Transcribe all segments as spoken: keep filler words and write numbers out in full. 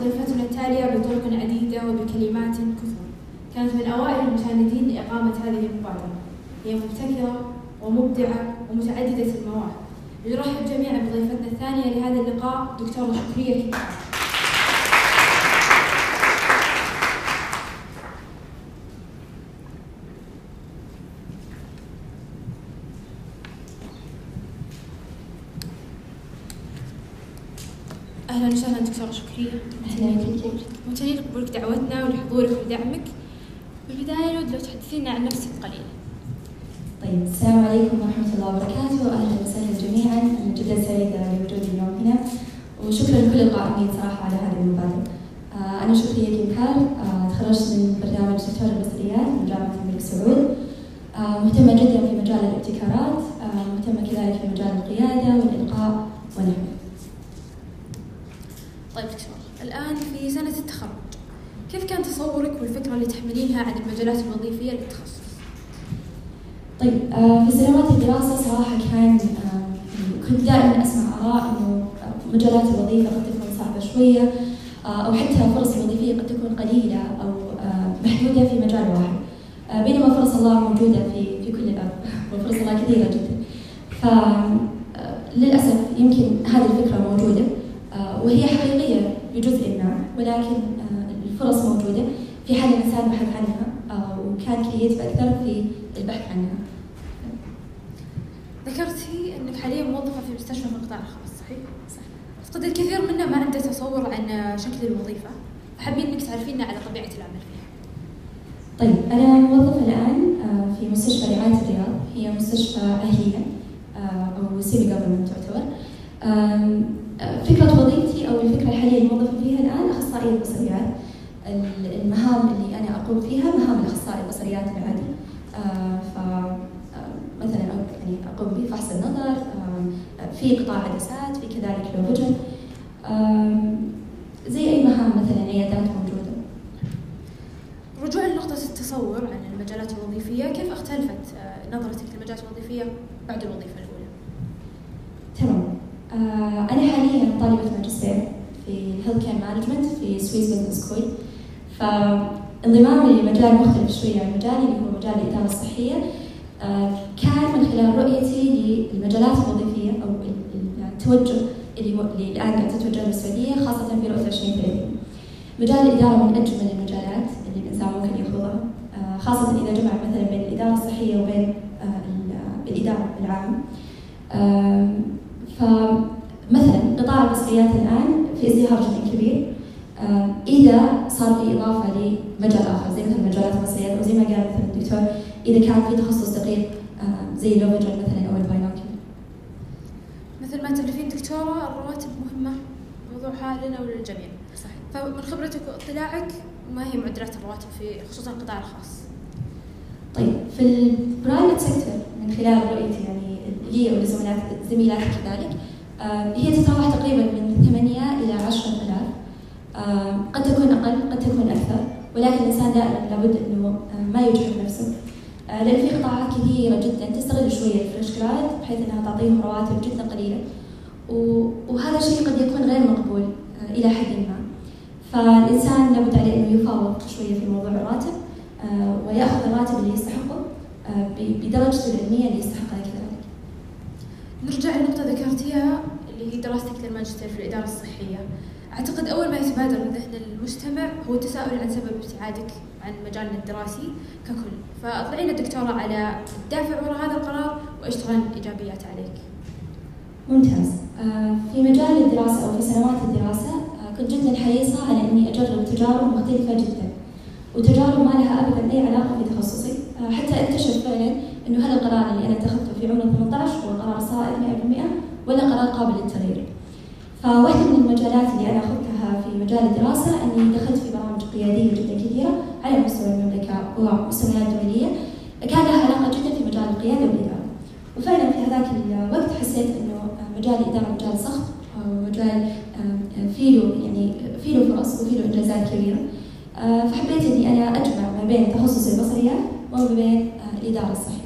ضيفتنا التالية بطرق عديدة وبكلمات كثر. كانت من أوائل المساندين لإقامة هذه المبادرة. هي مبتكرة ومبدعة ومتعددة المواهب. نرحب جميعا بضيفتنا الثانية لهذا اللقاء دكتورة شكرية كيكال. أهلا وسهلا دكتورة شكرية. ممتنين لقبولك دعوتنا ولحضورك ولدعمك. بالبداية نود لو تحدثينا عن نفسك قليلا. طيب، السلام عليكم ورحمة الله وبركاته، أهلا وسهلا جميعا. أنا جدا سعيدة بوجودي اليوم هنا، وشكرا لكل القائمين صراحة على هذه المبادرة. آه أنا شكرية كيكال، آه تخرجت من برنامج دكتوراه البصريات من جامعة الملك سعود. آه مهتمة جدا في مجال الابتكارات، آه مهتمة كذلك في مجال القيادة والإلقاء ونحوه. طيب دكتور، الآن في سنة التخرج، كيف كان تصورك والفكرة اللي تحملينها عن المجالات الوظيفية للتخصص؟ طيب، آه في سنوات الدراسة صراحة كان آه كنت دائما أسمع آراء إنه مجالات الوظيفة قد تكون صعبة شوية، آه أو حتى فرص الوظيفية قد تكون قليلة أو آه محدودة في مجال واحد، آه بينما فرص الله موجودة في في كل الأرض وفرص الله كثيرة جدا. فللأسف يمكن هذه الفكرة موجودة وهي حقيقية بجزء ما، ولكن الفرص موجودة في حال الإنسان بحث عنها وكان كرييتيف أكثر في البحث عنها. ذكرتي أنك حاليا موظفة في مستشفى في القطاع الخاص، صحيح؟ صح. أعتقد الكثير منا ما عنده تصور عن شكل الوظيفة، فحابين أنك تعرفينا على طبيعة العمل فيها. طيب، أنا موظفة الآن في مستشفى رعاية الرياض، هي مستشفى أهلية أو سيمي جوفرمنت تعتبر. فكرة وظيفتي أو الفكرة الحالية الموظفة فيها الآن أخصائية بصريات. المهام اللي أنا أقوم فيها مهام الأخصائي البصريات العادي. آه فمثلا يعني أقوم بفحص النظر، آه في قطاع عدسات، في كذلك لو فيجن، آه زي أي مهام مثلا عيادات موجودة. رجوعا لنقطة التصور عن المجالات الوظيفية، كيف اختلفت نظرتك للمجالات الوظيفية بعد الوظيفة الأولى؟ تمام. آه أنا حالياً طالبة ماجستير في الهيلث كير مانجمنت في سويس بزنس سكول، فانضمامي لمجال مختلف شوية عن مجالي اللي هو مجال الإدارة الصحية آه كان من خلال رؤيتي للمجالات الوظيفية أو التوجه اللي, اللي الآن قاعدة تتوجه للسعودية خاصة في رؤية عشرين ثلاثين. مجال الإدارة من أجمل المجالات اللي الإنسان ممكن يخوضها، آه خاصة إذا جمع مثلا بين الإدارة الصحية وبين آه الإدارة العامة. آه فمثلا قطاع البصريات الآن في ازدهار جدا كبير، آه إذا صار في إضافة لمجال آخر زي مثلا مجالات البصريات، أو زي ما قال مثلا الدكتور إذا كان في تخصص دقيق آه زي اللوفيجن مثلا أو الباينوكل. مثل ما تعرفين دكتورة، الرواتب مهمة، موضوعها لنا وللجميع. صحيح. فمن خبرتك واطلاعك، ما هي معدلات الرواتب في خصوصا القطاع الخاص؟ طيب، في البرايفت سيكتور من خلال رؤيتي يعني لي ولزملات زميلاتي كذلك، آه هي تتراوح تقريبا من ثمانية إلى عشرة آلاف، آه قد تكون أقل قد تكون أكثر، ولكن الإنسان دائما لابد أنه آه ما يجحف نفسه، آه لأن في قطاعات كثيرة جدا تستغل شوية الفريش جراد بحيث أنها تعطيهم رواتب جدا قليلة، وهذا الشيء قد يكون غير مقبول آه إلى حد ما. فالإنسان لابد عليه أنه يفاوض شوية في موضوع الراتب آه ويأخذ الراتب اللي يستحقه آه بدرجته العلمية اللي يستحقها كذلك. نرجع لنقطة ذكرتيها اللي هي دراستك للماجستير في الإدارة الصحية. أعتقد أول ما يتبادر من ذهن المستمع هو التساؤل عن سبب ابتعادك عن مجالنا الدراسي ككل، فأطلعينا دكتورة على الدافع وراء هذا القرار وإيش ترى الإيجابيات عليك. ممتاز. في مجال الدراسة أو في سنوات الدراسة كنت جدا حريصة على إني أجرب تجارب مختلفة جدا، وتجارب ما لها أبدا أي علاقة في تخصصي، حتى أكتشف فعلا إنه هذا القرار اللي أنا اتخذته في عمر ثمانية عشر هو قرار صائب مئة بالمئة ولا قرار قابل للتغيير. فواحدة من المجالات اللي أنا أخذتها في مجال الدراسة أني دخلت في برامج قيادية جدا كثيرة على مستوى المملكة ومستويات دولية كان لها علاقة جدا في مجال القيادة والإدارة. وفعلا في هذاك الوقت حسيت إنه مجال الإدارة مجال صخب ومجال فيه له يعني فيه له فرص وفيه له إنجازات كبيرة، فحبيت إني أنا أجمع ما بين تخصص البصريات وما بين الإدارة الصحية.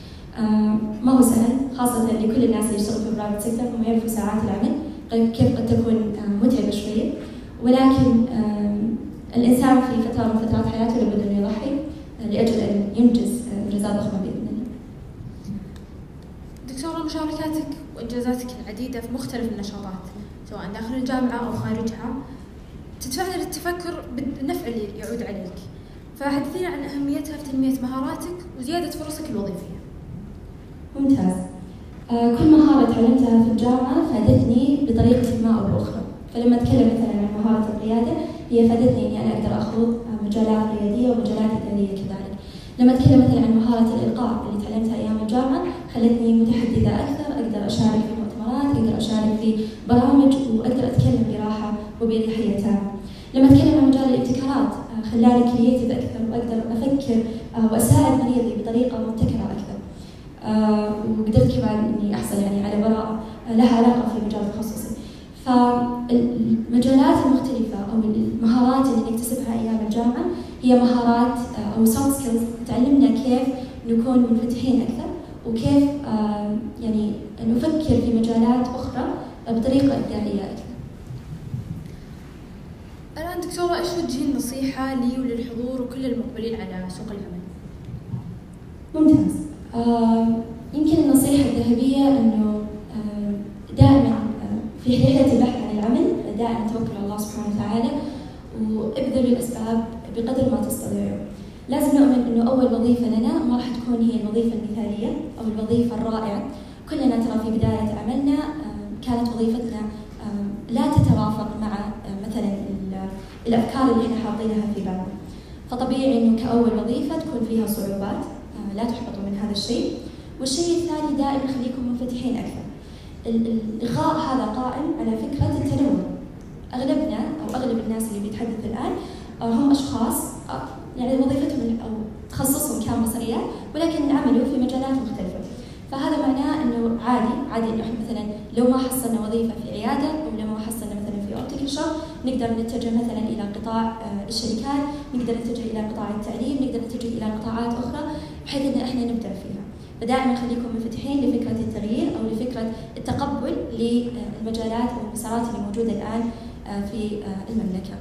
ما هو سهل، خاصة لكل الناس اللي يشتغلوا في برايفت سيكتور هم يعرفوا ساعات العمل كيف قد تكون متعبة شوية، ولكن الإنسان في فترة من فترات حياته لابد أن يضحي لأجل أن ينجز إنجازات ضخمة بإذن الله. دكتورة، مشاركاتك وإنجازاتك العديدة في مختلف النشاطات سواء داخل الجامعة أو خارجها تدفعنا للتفكر بالنفع اللي يعود عليك، فحدثينا عن أهميتها في تنمية مهاراتك وزيادة فرصك الوظيفية. ممتاز. آه كل مهارة تعلمتها في الجامعة فادتني بطريقة ما أو بأخرى، فلما أتكلم مثلا عن مهارة القيادة هي فادتني إني أنا أقدر أخوض مجالات قيادية ومجالات إدارية كذلك. لما أتكلم مثلا عن مهارة الإلقاء اللي تعلمتها أيام الجامعة خلتني متحدثة أكثر، أقدر أشارك في مؤتمرات، أقدر أشارك في برامج، وأقدر أتكلم براحة وبأريحية تامة. لما أتكلم عن مجال الابتكارات خلاني كرييتيف أكثر، وأقدر أفكر وأساعد مريضي بطريقة مبتكرة أكثر. وقدرت كمان إني أحصل يعني على براءة لها علاقة في مجال تخصصي. فالمجالات المختلفة أو المهارات اللي نكتسبها أيام الجامعة هي مهارات أو soft skills تعلمنا كيف نكون منفتحين أكثر، وكيف يعني نفكر في مجالات أخرى بطريقة إبداعية أكثر. الآن دكتورة، إيش توجهين نصيحة لي وللحضور وكل المقبلين على سوق العمل؟ ممتاز. آه يمكن النصيحة الذهبية أنه آه دائما آه في رحلة البحث عن العمل دائما توكل على الله سبحانه وتعالى، وابذلوا الأسباب بقدر ما تستطيعوا. لازم نؤمن أنه أول وظيفة لنا ما راح تكون هي الوظيفة المثالية أو الوظيفة الرائعة. كلنا ترى في بداية عملنا آه كانت وظيفتنا آه لا تتوافق مع آه مثلا الأفكار اللي احنا حاطينها في بالنا، فطبيعي إنه كأول وظيفة تكون فيها صعوبات، لا تحبطوا من هذا الشيء. والشيء الثاني دائما خليكم منفتحين أكثر. الإلغاء هذا قائم على فكرة التنوع. أغلبنا أو أغلب الناس اللي بيتحدث الآن هم أشخاص يعني وظيفتهم أو تخصصهم كان بصريات ولكن عملوا في مجالات مختلفة، فهذا معناه إنه عادي عادي إنه إحنا مثلا لو ما حصلنا وظيفة في عيادة أو لو ما حصلنا مثلا في أوبتيكال شوب نقدر نتجه مثلا إلى قطاع الشركات، نقدر نتجه إلى قطاع التعليم، نقدر نتجه إلى قطاعات أخرى بحيث إن إحنا نبدع فيها. فدائما خليكم منفتحين لفكرة التغيير أو لفكرة التقبل للمجالات أو المسارات اللي موجودة الآن في المملكة.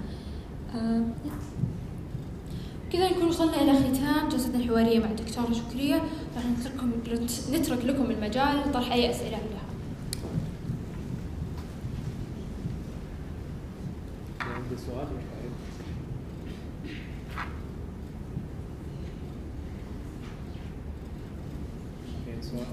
كذا نكون وصلنا إلى ختام جلستنا الحوارية مع الدكتورة شكرية. راح نترككم نترك لكم المجال لطرح أي أسئلة لها. عندي سؤال. في سؤال.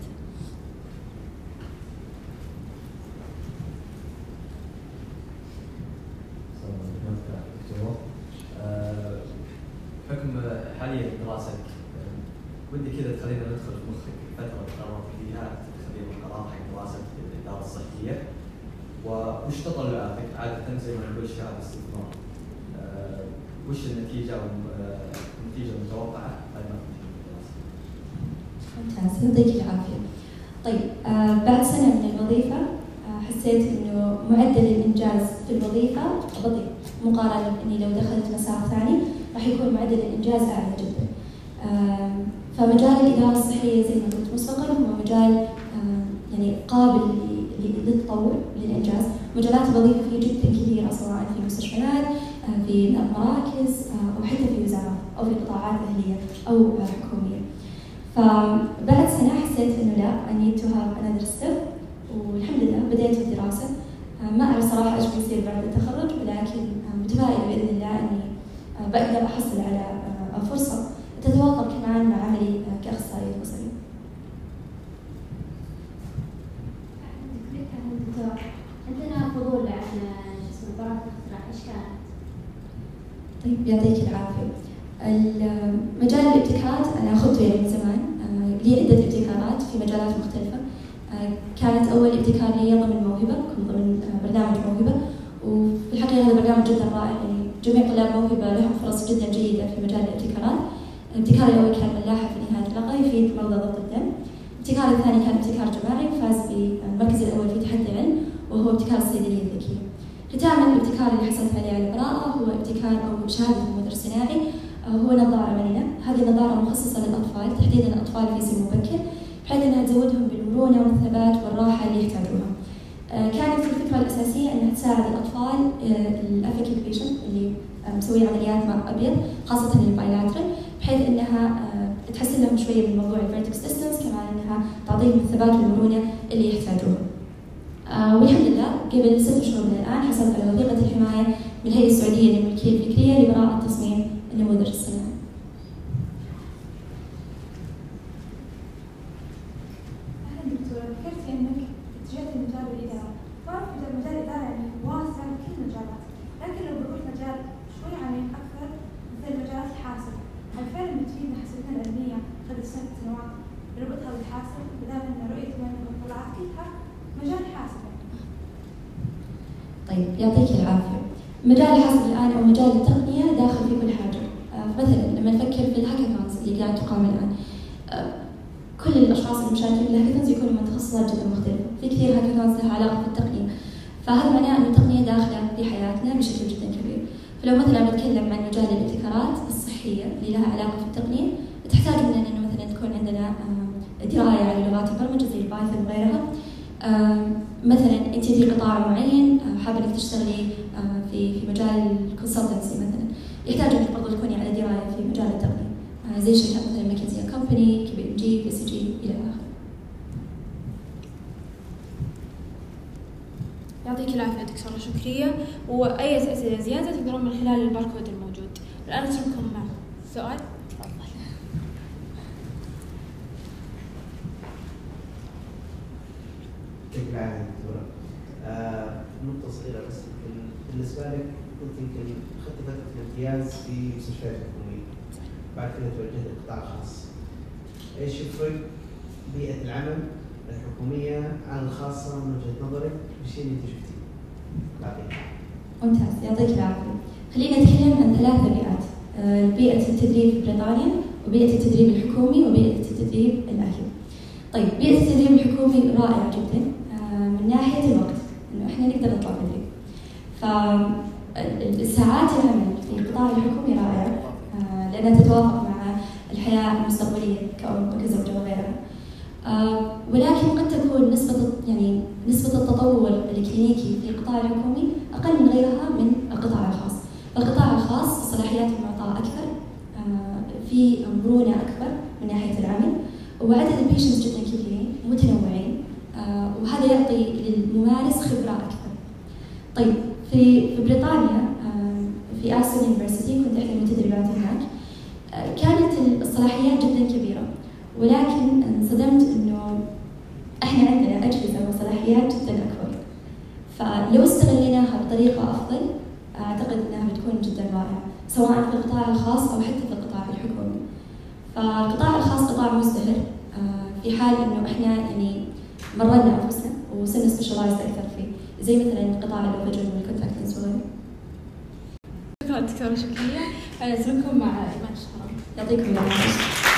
حكم حاليا دراستك ودي كذا تخلينا ندخل في مخك فترة قررت فيها تتخذين القرار حق دراستك الإدارة الصحية، وش تطلعاتك عادة زي ما نقول شهادة استثمار، أه وش النتيجة والنتيجة المتوقعة بعد ما تنتهي الدراسة؟ ممتاز، يعطيك العافية. طيب آه بعد سنة من الوظيفة آه حسيت إنه معدل الإنجاز في الوظيفة بطيء مقارنة بإني لو دخلت مسار ثاني راح يكون معدل الإنجاز أعلى جدا. آه فمجال الإدارة الصحية زي ما قلت مسبقا هو مجال آه يعني قابل للتطور للإنجاز. مجالات الوظيفة فيه جدا كثيرة سواء في مستشفيات آه في مراكز آه أو حتى في وزارات أو في قطاعات أهلية أو آه حكومية. فبعد سنة حسيت إنه لا I need to have another step، والحمد لله بديت الدراسة. ما أعرف صراحة إيش بيصير بعد التخرج، ولكن متفائلة بإذن الله إني بقدر أحصل على فرصة تتوافق كمان مع عملي كأخصائية بصرية. عندنا فضول عن اسم براءة الاختراع، إيش كانت؟ طيب يعطيك العافية. مجال الابتكارات أنا أخذته يعني من زمان، لي عدة ابتكارات في مجالات مختلفة. كانت أول ابتكار لي ضمن موهبة، كنت ضمن برنامج موهبة، وفي الحقيقة هذا برنامج جدا رائع، يعني جميع طلاب موهبة لهم فرص جدا جيدة في مجال الابتكارات. ابتكاري الأول كان ملاحة في نهاية اللقاء يفيد مرضى ضغط الدم. الابتكار الثاني كان ابتكار جماعي وفاز بالمركز الأول في تحدي علم وهو ابتكار الصيدلية الذكية. ختاما الابتكار اللي حصلت عليه على براءة هو ابتكار أو شهادة المدير الصناعي، هو نظارة مرنة. هذه النظارة مخصصة للأطفال، تحديدا الأطفال في سن مبكر، بحيث أنها تزودهم بالمرونة والثبات والراحة اللي يحتاجوها. كانت الفكرة الأساسية أنها تساعد الأطفال الأفكي تسوي عمليات ماء ابيض خاصه البايلاترال، بحيث انها تحسن لهم شويه من موضوع الفيرتكس ديستنس، كمان انها تعطيهم الثبات والمرونه اللي يحتاجوها. آه والحمد لله قبل ست شهور من الان حصلت على وثيقه الحمايه من الهيئه السعوديه للملكيه الفكريه لبراءه تصميم النموذج الصناعي. اهلا دكتوره، ذكرتي انك اتجهت لمجال الاداره، واعرف ان مجال الاداره يعني واسع بكل المجالات، لكن لو بنروح مجال شوي عميق اكثر مثل مجالات الحاسب، هل فعلا بتفيدنا حسبتنا العلميه خلال ست سنوات بربطها بالحاسب بدال ان رؤيه المطلعات كلها مجال الحاسب؟ طيب يعطيك العافيه. مجال الحاسب الان او مجال التقنيه داخل في كل حاجه. آه مثلا لما نفكر في الهاكاثونز اللي قاعد تقام الان، آه كل الاشخاص المشاركين في الهاكاثونز يكونوا من تخصصات جدا مختلفه، في كثير هاكاثونز لها علاقه بالتقنيه، فهذا معناه ان التقنيه داخله في حياتنا بشكل جدا كبير. فلو مثلا نتكلم عن مجال الابتكارات الصحيه اللي لها علاقه في التقنيه، تحتاج مننا انه مثلا تكون عندنا درايه على لغات البرمجه زي البايثون وغيرها. مثلا انت في قطاع معين حابه انك تشتغلي في في مجال الكونسلتنسي مثلا، يحتاج انك برضه تكوني على درايه في مجال التقنيه زي شركات مثلا ماكنزي كومباني، كي بي ام جي، بي سي جي الى اخره. يعطيك العافية دكتورة شكرية، وأي أسئلة زيادة تقدرون من خلال الباركود الموجود. الآن أترككم مع سؤال. تفضل. يعطيك العافية دكتورة. آه، نقطة صغيرة بس، بالنسبة لك كنت يمكن أخذت فترة الامتياز في مستشفيات حكومية، بعد كده توجهت للقطاع الخاص. إيش يفرق بيئة العمل الحكومية عن الخاصة من وجهة نظرك بالشيء اللي أنت شفتيه؟ ممتاز، يعطيك العافية. خلينا نتكلم عن ثلاثة بيئات، بيئة التدريب في بريطانيا، وبيئة التدريب الحكومي، وبيئة التدريب الأهلي. طيب بيئة التدريب الحكومي رائعة جدا من ناحية الوقت، إنه إحنا نقدر نطلع بدري. فالساعات العمل في القطاع الحكومي رائعة لأنها تتوافق مع الحياة المستقبلية كأم وكزوجة وغيرها. آه ولكن قد تكون نسبة يعني نسبة التطور الكلينيكي في القطاع الحكومي أقل من غيرها من القطاع الخاص. القطاع الخاص الصلاحيات المعطاة أكثر، آه في مرونة أكبر من ناحية العمل، وعدد البيشنتس جدا كبيرين متنوعين، آه وهذا يعطي للممارس خبرة أكثر. طيب في في بريطانيا آه في آستون يونيفرسيتي كنت إحدى المتدربات هناك، آه كانت الصلاحيات جدا كبيرة، ولكن انصدمت انه احنا عندنا اجهزه وصلاحيات جدا اكبر. فلو استغليناها بطريقه افضل اعتقد انها بتكون جدا رائعه، سواء في القطاع الخاص او حتى في القطاع الحكومي. فالقطاع الخاص قطاع مزدهر في حال انه احنا يعني مرنا انفسنا وصرنا سبيشلايزد اكثر فيه، زي مثلا قطاع اللوفجن والكونتاكت لينس وغيره. شكرا دكتورة شكرية. أترككم مع إيمان الشهراني. يعطيكم العافية.